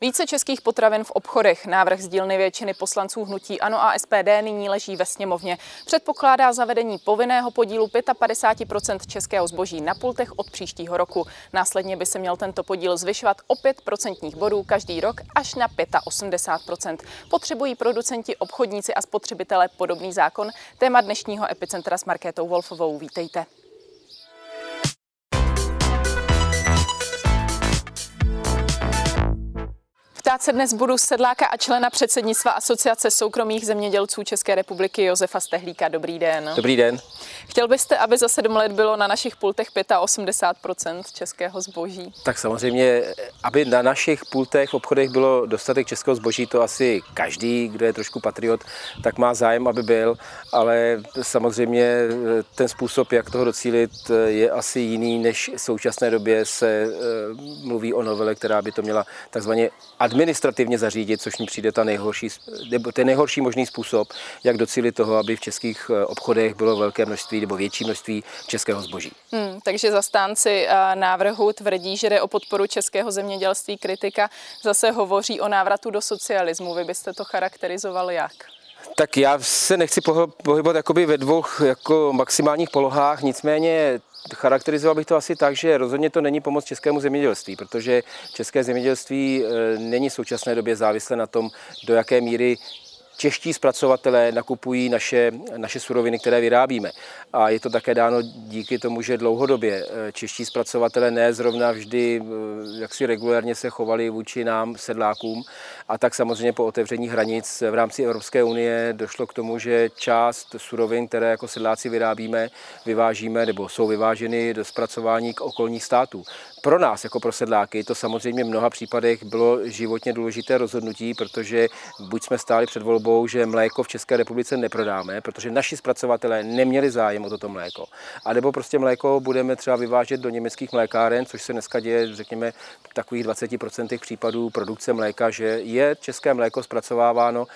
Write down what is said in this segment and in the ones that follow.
Více českých potravin v obchodech. Návrh z dílny většiny poslanců hnutí ANO a SPD nyní leží ve sněmovně. Předpokládá zavedení povinného podílu 55% českého zboží na pultech od příštího roku. Následně by se měl tento podíl zvyšovat o 5 procentních bodů každý rok až na 85%. Potřebují producenti, obchodníci a spotřebitelé podobný zákon? Téma dnešního Epicentra s Markétou Wolfovou. Vítejte. Ptát se dnes budu sedláka a člena předsednictva Asociace soukromých zemědělců České republiky Josefa Stehlíka. Dobrý den. Dobrý den. Chtěl byste, aby za 7 let bylo na našich pultech 85% českého zboží? Tak samozřejmě, aby na našich pultech v obchodech bylo dostatek českého zboží, to asi každý, kdo je trošku patriot, tak má zájem, aby byl, ale samozřejmě ten způsob, jak toho docílit, je asi jiný, než v současné době se mluví o novele, která by to měla takzvaně administrativně zařídit, což mi přijde ten nejhorší možný způsob, jak docílit toho, aby v českých obchodech bylo velké množství nebo větší množství českého zboží. Takže zastánci návrhu tvrdí, že jde o podporu českého zemědělství, kritika zase hovoří o návratu do socialismu. Vy byste to charakterizoval jak? Tak já se nechci pohybovat jakoby ve dvou jako maximálních polohách, nicméně charakterizoval bych to asi tak, že rozhodně to není pomoc českému zemědělství, protože české zemědělství není v současné době závislé na tom, do jaké míry čeští zpracovatelé nakupují naše suroviny, které vyrábíme. A je to také dáno díky tomu, že dlouhodobě čeští zpracovatelé ne zrovna vždy jaksi regulérně se chovali vůči nám, sedlákům. A tak samozřejmě po otevření hranic v rámci Evropské unie došlo k tomu, že část surovin, které jako sedláci vyvážíme nebo jsou vyváženy do zpracování k okolních států. Pro nás, jako pro sedláky, to samozřejmě v mnoha případech bylo životně důležité rozhodnutí, protože buď jsme stáli před volbou, že mléko v České republice neprodáme, protože naši zpracovatelé neměli zájem o toto mléko. A nebo prostě mléko budeme třeba vyvážet do německých mlékáren, což se dneska děje, řekněme, v takových 20% případů produkce mléka, že je české mléko zpracováváno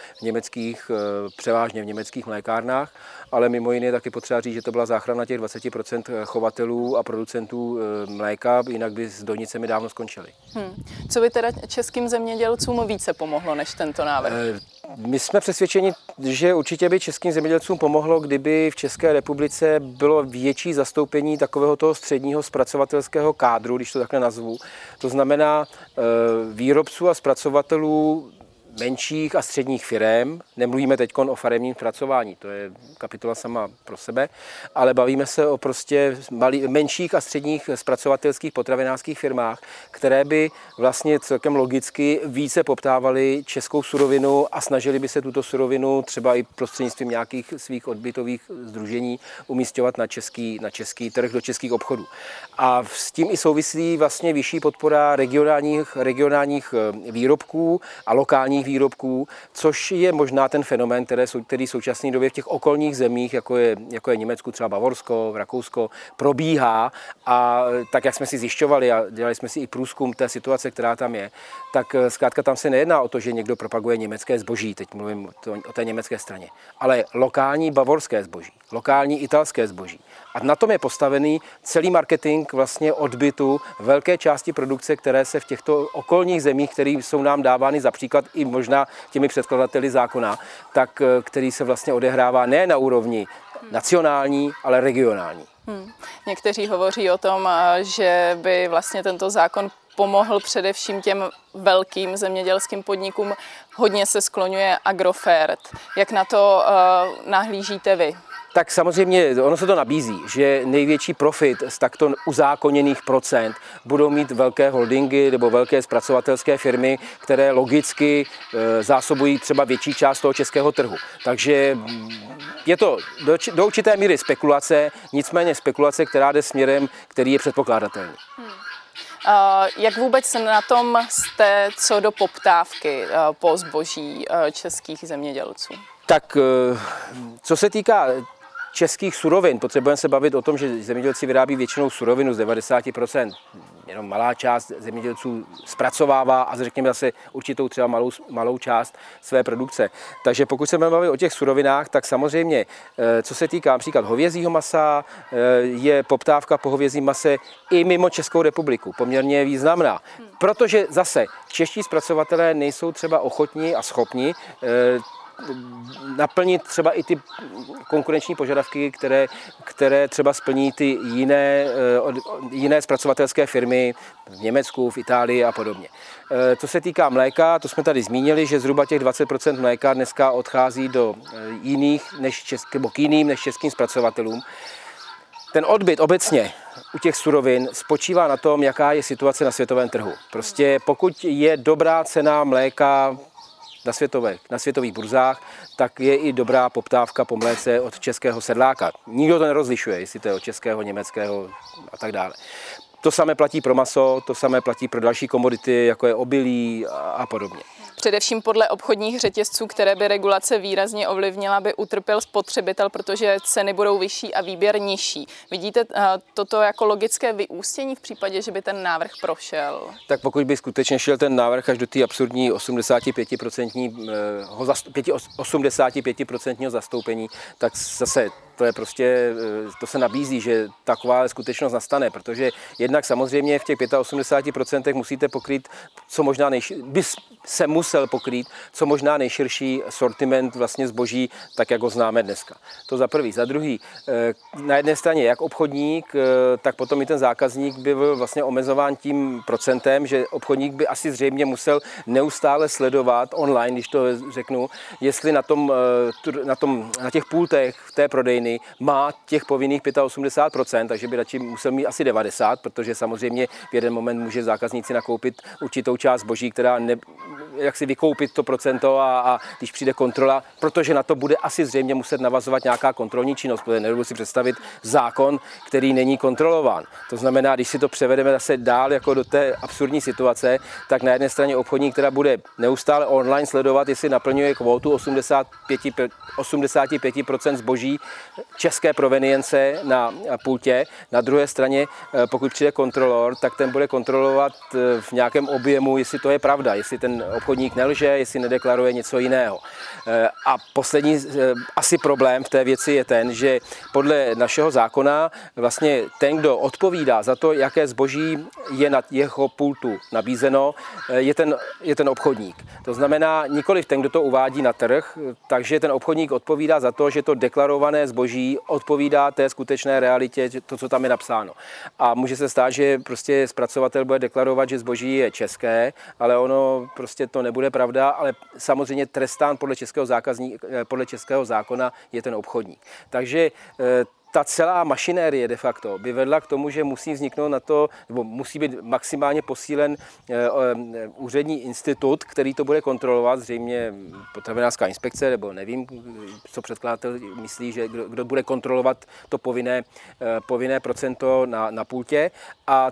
převážně v německých mlékárnách, ale mimo jiné taky potřeba říct, že to byla záchrana těch 20% chovatelů a producentů mléka, jinak by s donicemi dávno skončili. Co by teda českým zemědělcům více pomohlo než tento návrh? My jsme přesvědčeni, že určitě by českým zemědělcům pomohlo, kdyby v České republice bylo větší zastoupení takového toho středního zpracovatelského kádru, když to takhle nazvu. To znamená výrobců a zpracovatelů menších a středních firem, nemluvíme teď o faremním zpracování, to je kapitola sama pro sebe, ale bavíme se o prostě menších a středních zpracovatelských potravinářských firmách, které by vlastně celkem logicky více poptávaly českou surovinu a snažili by se tuto surovinu třeba i prostřednictvím nějakých svých odbytových sdružení umísťovat na český trh, do českých obchodů. A s tím i souvisí vlastně vyšší podpora regionálních výrobků a lokálních výrobků, což je možná ten fenomén, který v současné době v těch okolních zemích, jako je Německo, třeba Bavorsko, Rakousko, probíhá. A tak, jak jsme si zjišťovali a dělali jsme si i průzkum té situace, která tam je, tak zkrátka tam se nejedná o to, že někdo propaguje německé zboží, teď mluvím o té německé straně, ale lokální bavorské zboží, lokální italské zboží. A na tom je postavený celý marketing vlastně odbytu velké části produkce, které se v těchto okolních zemích, které jsou nám dávány za příklad i možná těmi předkladateli zákona, tak který se vlastně odehrává ne na úrovni nacionální, ale regionální. Někteří hovoří o tom, že by vlastně tento zákon pomohl především těm velkým zemědělským podnikům. Hodně se skloňuje Agrofert. Jak na to nahlížíte vy? Tak samozřejmě ono se to nabízí, že největší profit z takto uzákoněných procent budou mít velké holdingy nebo velké zpracovatelské firmy, které logicky zásobují třeba větší část toho českého trhu. Takže je to do určité míry spekulace, nicméně spekulace, která jde směrem, který je předpokládatelný. Jak vůbec na tom jste co do poptávky po zboží českých zemědělců? Tak co se týká českých surovin, potřebujeme se bavit o tom, že zemědělci vyrábí většinou surovinu z 90%, jenom malá část zemědělců zpracovává a řekněme zase určitou třeba malou část své produkce. Takže pokud se budeme bavit o těch surovinách, tak samozřejmě, co se týká například hovězího masa, je poptávka po hovězím mase i mimo Českou republiku poměrně významná. Protože zase čeští zpracovatelé nejsou třeba ochotní a schopni naplnit třeba i ty konkurenční požadavky, které třeba splní ty jiné zpracovatelské firmy v Německu, v Itálii a podobně. Co se týká mléka, to jsme tady zmínili, že zhruba těch 20% mléka dneska odchází do k jiným než českým zpracovatelům. Ten odbyt obecně u těch surovin spočívá na tom, jaká je situace na světovém trhu. Prostě pokud je dobrá cena mléka na světových burzách, tak je i dobrá poptávka po mléce od českého sedláka. Nikdo to nerozlišuje, jestli to je od českého, německého a tak dále. To samé platí pro maso, to samé platí pro další komodity, jako je obilí a podobně. Především podle obchodních řetězců, které by regulace výrazně ovlivnila, by utrpěl spotřebitel, protože ceny budou vyšší a výběr nižší. Vidíte toto jako logické vyústění v případě, že by ten návrh prošel? Tak pokud by skutečně šel ten návrh až do té absurdní 85% zastoupení, tak zase to se nabízí, že taková skutečnost nastane, protože jednak samozřejmě v těch 85% musíte pokrýt, by se musel pokrýt co možná nejširší sortiment vlastně zboží, tak jak ho známe dneska. To za prvý. Za druhý, na jedné straně jak obchodník, tak potom i ten zákazník by byl vlastně omezován tím procentem, že obchodník by asi zřejmě musel neustále sledovat online, když to řeknu, jestli na těch pultech v té prodejny má těch povinných 85%, takže by radši musel mít asi 90%, protože samozřejmě v jeden moment může zákazníci nakoupit určitou část zboží, která jak si vykoupit to procento a když přijde kontrola, protože na to bude asi zřejmě muset navazovat nějaká kontrolní činnost, protože nedovedu si představit zákon, který není kontrolován. To znamená, když si to převedeme zase dál jako do té absurdní situace, tak na jedné straně obchodník, která bude neustále online sledovat, jestli naplňuje kvótu 85% zboží české provenience na pultě. Na druhé straně, pokud přijde kontrolor, tak ten bude kontrolovat v nějakém objemu, jestli to je pravda, jestli ten obchodník nelže, jestli nedeklaruje něco jiného. A poslední asi problém v té věci je ten, že podle našeho zákona vlastně ten, kdo odpovídá za to, jaké zboží je na jeho pultu nabízeno, je ten obchodník. To znamená nikoliv ten, kdo to uvádí na trh, takže ten obchodník odpovídá za to, že to deklarované zboží odpovídá té skutečné realitě, to, co tam je napsáno. A může se stát, že prostě zpracovatel bude deklarovat, že zboží je české, ale ono prostě to nebude pravda, ale samozřejmě trestán podle českého zákona je ten obchodník. Takže ta celá mašinérie de facto by vedla k tomu, že musí vzniknout nebo musí být maximálně posílen úřední institut, který to bude kontrolovat, zřejmě potravinářská inspekce, nebo nevím, co předkladatel myslí, že kdo bude kontrolovat to povinné procento na pultě. A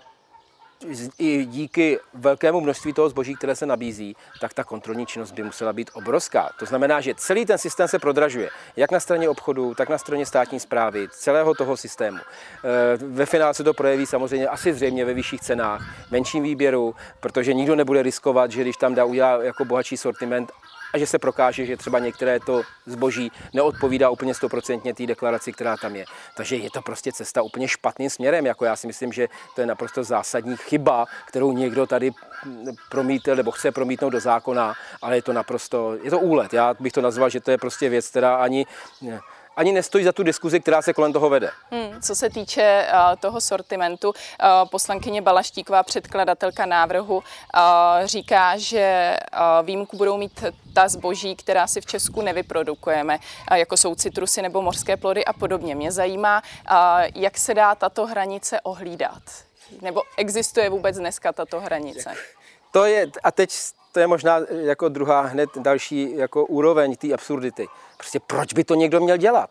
i díky velkému množství toho zboží, které se nabízí, tak ta kontrolní činnost by musela být obrovská. To znamená, že celý ten systém se prodražuje, jak na straně obchodu, tak na straně státní správy, celého toho systému. Ve finále se to projeví samozřejmě asi zřejmě ve vyšších cenách, menším výběru, protože nikdo nebude riskovat, že když tam udělá jako bohatší sortiment a že se prokáže, že třeba některé to zboží neodpovídá úplně 100% té deklaraci, která tam je. Takže je to prostě cesta úplně špatným směrem. Jako já si myslím, že to je naprosto zásadní chyba, kterou někdo tady promítl nebo chce promítnout do zákona, ale je to úlet. Já bych to nazval, že to je prostě věc, která ani nestojí za tu diskuzi, která se kolem toho vede. Co se týče toho sortimentu, poslankyně Balaštíková, předkladatelka návrhu, říká, že výjimku budou mít ta zboží, která si v Česku nevyprodukujeme, jako jsou citrusy nebo mořské plody a podobně. Mě zajímá, jak se dá tato hranice ohlídat. Nebo existuje vůbec dneska tato hranice? To je možná jako druhá hned další jako úroveň té absurdity. Prostě proč by to někdo měl dělat?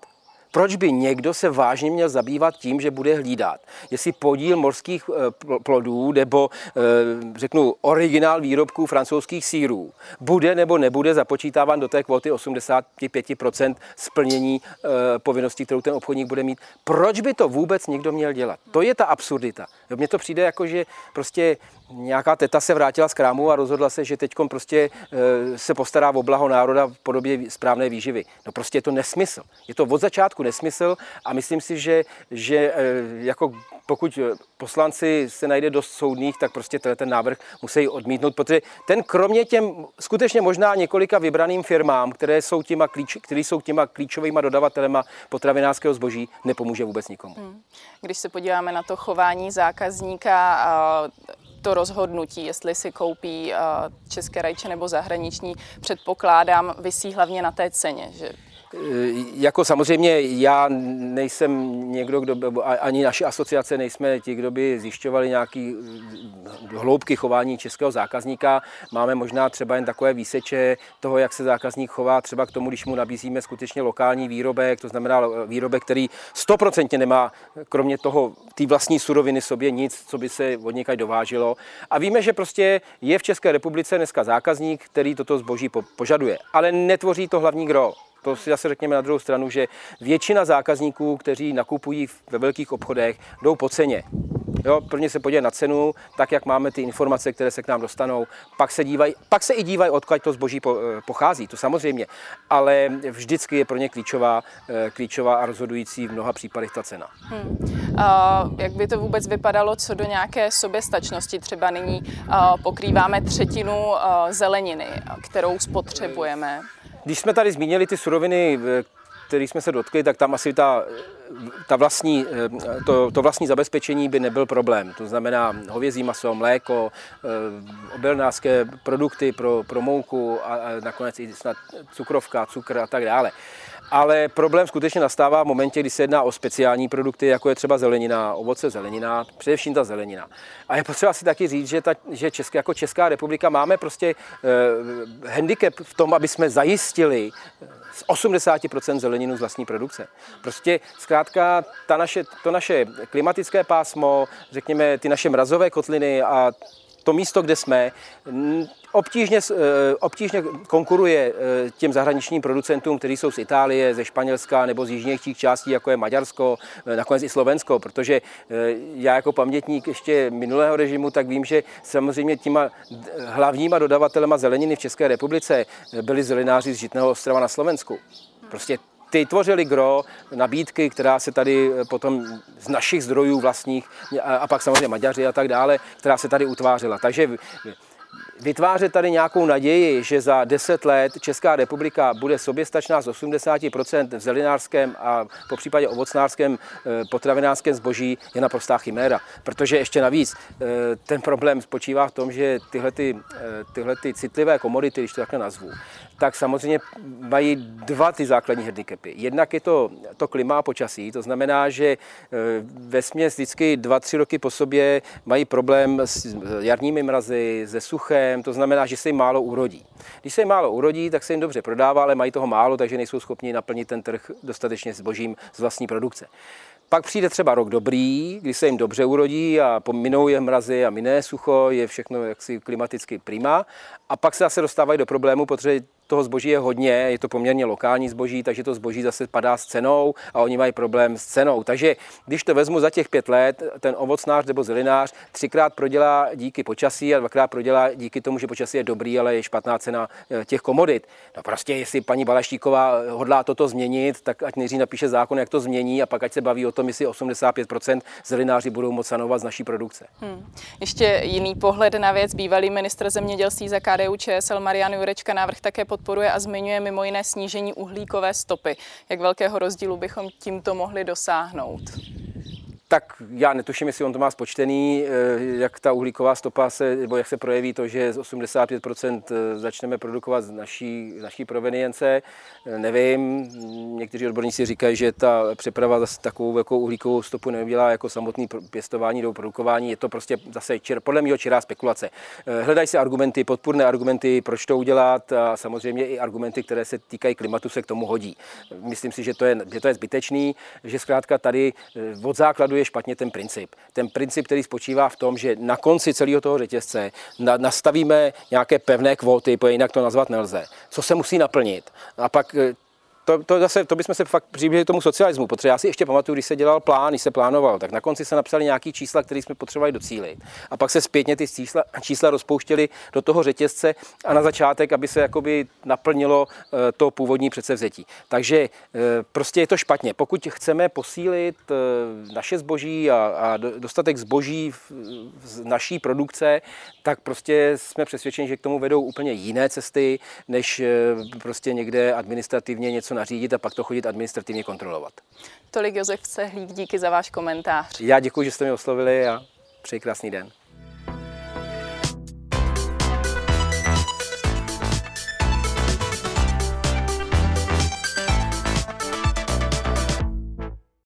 Proč by někdo se vážně měl zabývat tím, že bude hlídat, jestli podíl mořských plodů nebo řeknu originál výrobků francouzských sýrů bude nebo nebude započítáván do té kvóty 85% splnění povinností, kterou ten obchodník bude mít. Proč by to vůbec někdo měl dělat? To je ta absurdita. Mně to přijde jako, že prostě nějaká teta se vrátila z krámu a rozhodla se, že teďkom prostě se postará o blaho národa v podobě správné výživy. No prostě je to nesmysl. Je to od začátku nesmysl a myslím si, že jako pokud poslanci se najde dost soudných, tak prostě ten návrh musí odmítnout, protože ten kromě těm skutečně možná několika vybraným firmám, které jsou těma klíčovými dodavatelema potravinářského zboží, nepomůže vůbec nikomu. Když se podíváme na to chování zákazníka, to rozhodnutí, jestli si koupí české rajče nebo zahraniční, předpokládám, visí hlavně na té ceně, že? Jako samozřejmě já nejsem někdo, ani naše asociace nejsme ti, kdo by zjišťovali nějaký hloubky chování českého zákazníka. Máme možná třeba jen takové výseče toho, jak se zákazník chová třeba k tomu, když mu nabízíme skutečně lokální výrobek, to znamená výrobek, který 100% nemá kromě toho té vlastní suroviny sobě nic, co by se od někaď dováželo. A víme, že prostě je v České republice dneska zákazník, který toto zboží požaduje, ale netvoří to hlavní gros. To si zase řekněme na druhou stranu, že většina zákazníků, kteří nakupují ve velkých obchodech, jdou po ceně. Jo, prvně se podívají na cenu, tak jak máme ty informace, které se k nám dostanou, pak se i dívají, odkud to zboží pochází, to samozřejmě, ale vždycky je pro ně klíčová a rozhodující v mnoha případech ta cena. Jak by to vůbec vypadalo co do nějaké soběstačnosti? Třeba nyní pokrýváme 1/3 zeleniny, kterou spotřebujeme. Když jsme tady zmínili ty suroviny, které jsme se dotkli, tak tam asi to vlastní zabezpečení by nebyl problém. To znamená hovězí maso, mléko, obilnářské produkty pro mouku a nakonec i snad cukrovka, cukr a tak dále. Ale problém skutečně nastává v momentě, kdy se jedná o speciální produkty, jako je třeba zelenina, ovoce, zelenina, především ta zelenina. A je potřeba si taky říct, že jako Česká republika máme prostě handicap v tom, aby jsme zajistili z 80% zeleninu z vlastní produkce. Prostě zkrátka to naše klimatické pásmo, řekněme ty naše mrazové kotliny a to místo, kde jsme, obtížně konkuruje těm zahraničním producentům, kteří jsou z Itálie, ze Španělska nebo z jižních částí, jako je Maďarsko, nakonec i Slovensko, protože já jako pamětník ještě minulého režimu, tak vím, že samozřejmě těma hlavníma dodavatelema zeleniny v České republice byli zelenáři z Žitného Ostrova na Slovensku. Prostě ty tvořili gro nabídky, která se tady potom z našich zdrojů vlastních, a pak samozřejmě Maďaři a tak dále, která se tady utvářela. Takže vytvářet tady naději, že za 10 let Česká republika bude soběstačná z 80% v zelenářském a popřípadě ovocnářském potravinářském zboží, je naprostá chiméra. Protože ještě navíc ten problém spočívá v tom, že tyhle citlivé komodity, když to takhle nazvu, tak samozřejmě mají dva ty základní handicapy. Jednak je to klima a počasí, to znamená, že vesměs vždycky 2-3 roky po sobě mají problém s jarními mrazy, se suchem, to znamená, že se jim málo urodí. Když se jim málo urodí, tak se jim dobře prodává, ale mají toho málo, takže nejsou schopni naplnit ten trh dostatečně zbožím z vlastní produkce. Pak přijde třeba rok dobrý, kdy se jim dobře urodí a minou je mrazy a miné sucho, je všechno jaksi klimaticky prima. A pak se zase dostávají do problému, protože toho zboží je hodně, je to poměrně lokální zboží, takže to zboží zase padá s cenou a oni mají problém s cenou. Takže když to vezmu za těch 5 let, ten ovocnář nebo zelenář 3krát prodělá díky počasí a 2krát prodělá díky tomu, že počasí je dobrý, ale je špatná cena těch komodit. No prostě, jestli paní Balaštíková hodlá toto změnit, tak ať nejdřív napíše zákon, jak to změní, a pak ať se baví o tom, jestli 85% zelenáři budou moct sanovat z naší produkce. Ještě jiný pohled na věc. Bývalý ministr zemědělství za KDU-ČSL Marian Jurečka návrh také podporuje a zmiňuje mimo jiné snížení uhlíkové stopy. Jak velkého rozdílu bychom tímto mohli dosáhnout? Tak já netuším, jestli on to má spočtený, jak ta uhlíková stopa nebo jak se projeví to, že z 85% začneme produkovat z naší provenience. Nevím, někteří odborníci říkají, že ta přeprava zase takovou jako uhlíkovou stopu neudělá jako samotný pěstování nebo produkování. Je to prostě zase podle mého čirá spekulace. Hledají se argumenty, podpůrné argumenty, proč to udělat, a samozřejmě i argumenty, které se týkají klimatu, se k tomu hodí. Myslím si, že to je zbytečný, že zkrátka tady od základu je špatně ten princip. Ten princip, který spočívá v tom, že na konci celého toho řetězce nastavíme nějaké pevné kvóty, protože jinak to nazvat nelze, co se musí naplnit. A pak to bychom se fakt přiblížili tomu socialismu, protože já si ještě pamatuju, když se dělal plán, když se plánoval, tak na konci se napsali nějaký čísla, které jsme potřebovali docílit. A pak se zpětně ty čísla rozpouštěly do toho řetězce a na začátek, aby se jakoby naplnilo to původní předsevzetí. Takže prostě je to špatně. Pokud chceme posílit naše zboží a dostatek zboží z naší produkce, tak prostě jsme přesvědčeni, že k tomu vedou úplně jiné cesty, než prostě někde administrativně něco nařídit a pak to chodit administrativně kontrolovat. Tolik Josef Cehlík, díky za váš komentář. Já děkuji, že jste mě oslovili a přeji krásný den.